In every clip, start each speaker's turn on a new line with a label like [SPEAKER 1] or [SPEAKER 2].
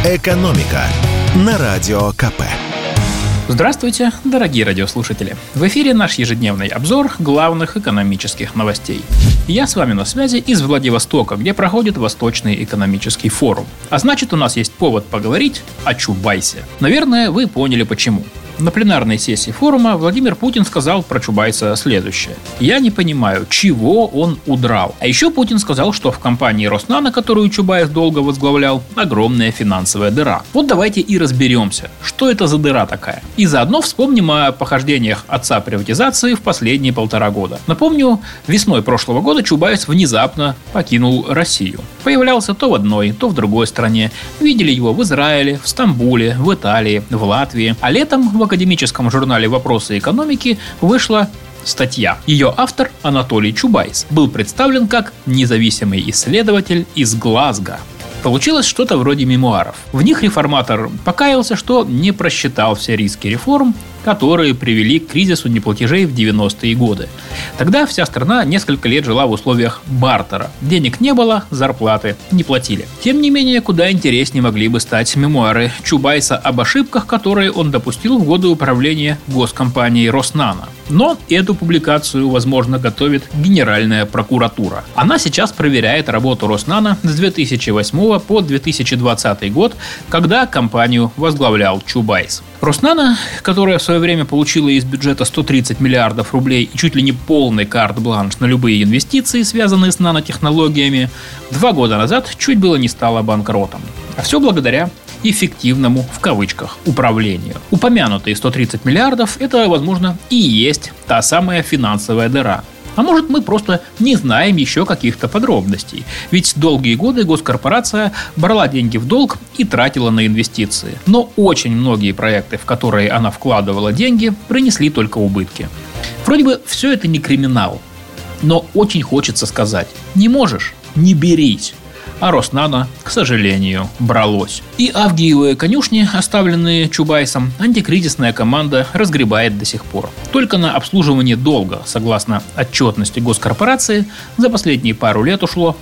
[SPEAKER 1] «Экономика» на Радио КП.
[SPEAKER 2] Здравствуйте, дорогие радиослушатели! В эфире наш ежедневный обзор главных экономических новостей. Я с вами на связи из Владивостока, где проходит Восточный экономический форум. А значит, у нас есть повод поговорить о Чубайсе. Наверное, вы поняли почему. На пленарной сессии форума Владимир Путин сказал про Чубайса следующее. «Я не понимаю, чего он удрал». А еще Путин сказал, что в компании Роснано, которую Чубайс долго возглавлял, огромная финансовая дыра. Вот давайте и разберемся, что это за дыра такая. И заодно вспомним о похождениях отца приватизации в последние 1,5 года. Напомню, весной прошлого года Чубайс внезапно покинул Россию. Появлялся то в одной, то в другой стране. Видели его в Израиле, в Стамбуле, в Италии, в Латвии. А летом в академическом журнале «Вопросы экономики» вышла статья. Ее автор, Анатолий Чубайс, был представлен как независимый исследователь из Глазго. Получилось что-то вроде мемуаров. В них реформатор покаялся, что не просчитал все риски реформ, которые привели к кризису неплатежей в 90-е годы. Тогда вся страна несколько лет жила в условиях бартера. Денег не было, зарплаты не платили. Тем не менее, куда интереснее могли бы стать мемуары Чубайса об ошибках, которые он допустил в годы управления госкомпанией Роснано. Но эту публикацию, возможно, готовит Генеральная прокуратура. Она сейчас проверяет работу Роснано с 2008 по 2020 год, когда компанию возглавлял Чубайс. Роснано, которая в свое время получила из бюджета 130 миллиардов рублей и чуть ли не полный карт-бланш на любые инвестиции, связанные с нанотехнологиями, 2 года назад чуть было не стала банкротом. А все благодаря эффективному, в кавычках, управлению. Упомянутые 130 миллиардов – это, возможно, и есть та самая финансовая дыра. А может, мы просто не знаем еще каких-то подробностей. Ведь долгие годы госкорпорация брала деньги в долг и тратила на инвестиции. Но очень многие проекты, в которые она вкладывала деньги, принесли только убытки. Вроде бы все это не криминал. Но очень хочется сказать: не можешь – не берись. А Роснано, к сожалению, бралось. И авгиевые конюшни, оставленные Чубайсом, антикризисная команда разгребает до сих пор. Только на обслуживание долга, согласно отчетности госкорпорации, за последние пару лет ушло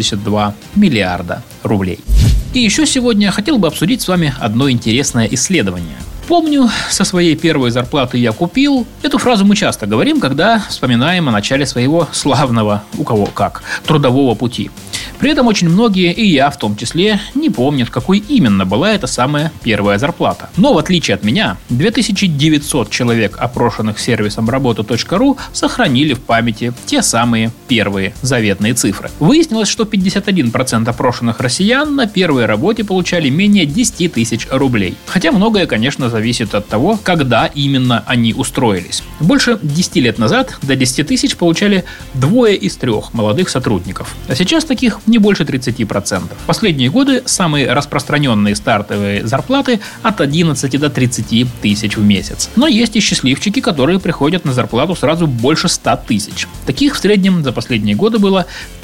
[SPEAKER 2] 82 миллиарда рублей. И еще сегодня я хотел бы обсудить с вами одно интересное исследование. Помню, со своей первой зарплаты я купил. Эту фразу мы часто говорим, когда вспоминаем о начале своего славного, у кого как, трудового пути. При этом очень многие, и я в том числе, не помнят, какой именно была эта самая первая зарплата. Но в отличие от меня, 2900 человек, опрошенных сервисом работа.ру, сохранили в памяти те самые первые заветные цифры. Выяснилось, что 51% опрошенных россиян на первой работе получали менее 10 тысяч рублей. Хотя многое, конечно, зависит от того, когда именно они устроились. Больше 10 лет назад до 10 тысяч получали 2 из 3 молодых сотрудников. А сейчас таких не больше 30%. В последние годы самые распространенные стартовые зарплаты от 11 до 30 тысяч в месяц. Но есть и счастливчики, которые приходят на зарплату сразу больше 100 тысяч. Таких в среднем за последние годы было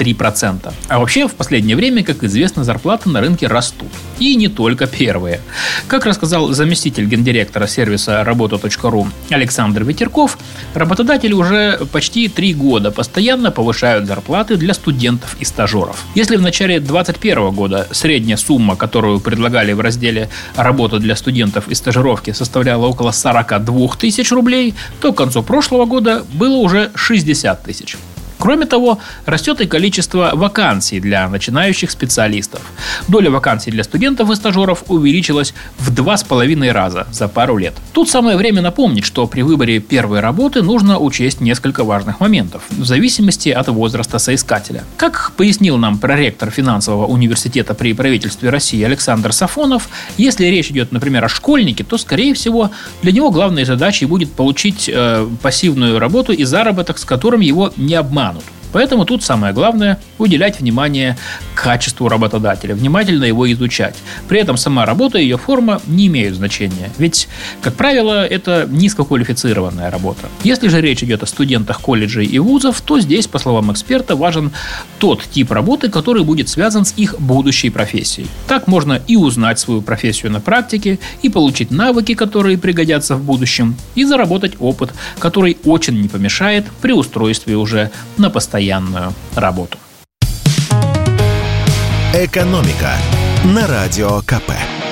[SPEAKER 2] 3%. А вообще в последнее время, как известно, зарплаты на рынке растут. И не только первые. Как рассказал заместитель гендиректора сервиса работа.ру Александр Ветерков, работодатели уже почти 3 года постоянно повышают зарплаты для студентов и стажеров. Если в начале 2021 года средняя сумма, которую предлагали в разделе «Работа для студентов и стажировки», составляла около 42 тысяч рублей, то к концу прошлого года было уже 60 тысяч. Кроме того, растет и количество вакансий для начинающих специалистов. Доля вакансий для студентов и стажеров увеличилась в 2,5 раза за пару лет. Тут самое время напомнить, что при выборе первой работы нужно учесть несколько важных моментов, в зависимости от возраста соискателя. Как пояснил нам проректор финансового университета при правительстве России Александр Сафонов, если речь идет, например, о школьнике, то, скорее всего, для него главной задачей будет получить пассивную работу и заработок, с которым его не обманут. Поэтому тут самое главное – уделять внимание качеству работодателя, внимательно его изучать. При этом сама работа и ее форма не имеют значения, ведь, как правило, это низкоквалифицированная работа. Если же речь идет о студентах колледжей и вузов, то здесь, по словам эксперта, важен тот тип работы, который будет связан с их будущей профессией. Так можно и узнать свою профессию на практике, и получить навыки, которые пригодятся в будущем, и заработать опыт, который очень не помешает при устройстве уже на постоянную работу.
[SPEAKER 1] «Экономика» на Радио КП.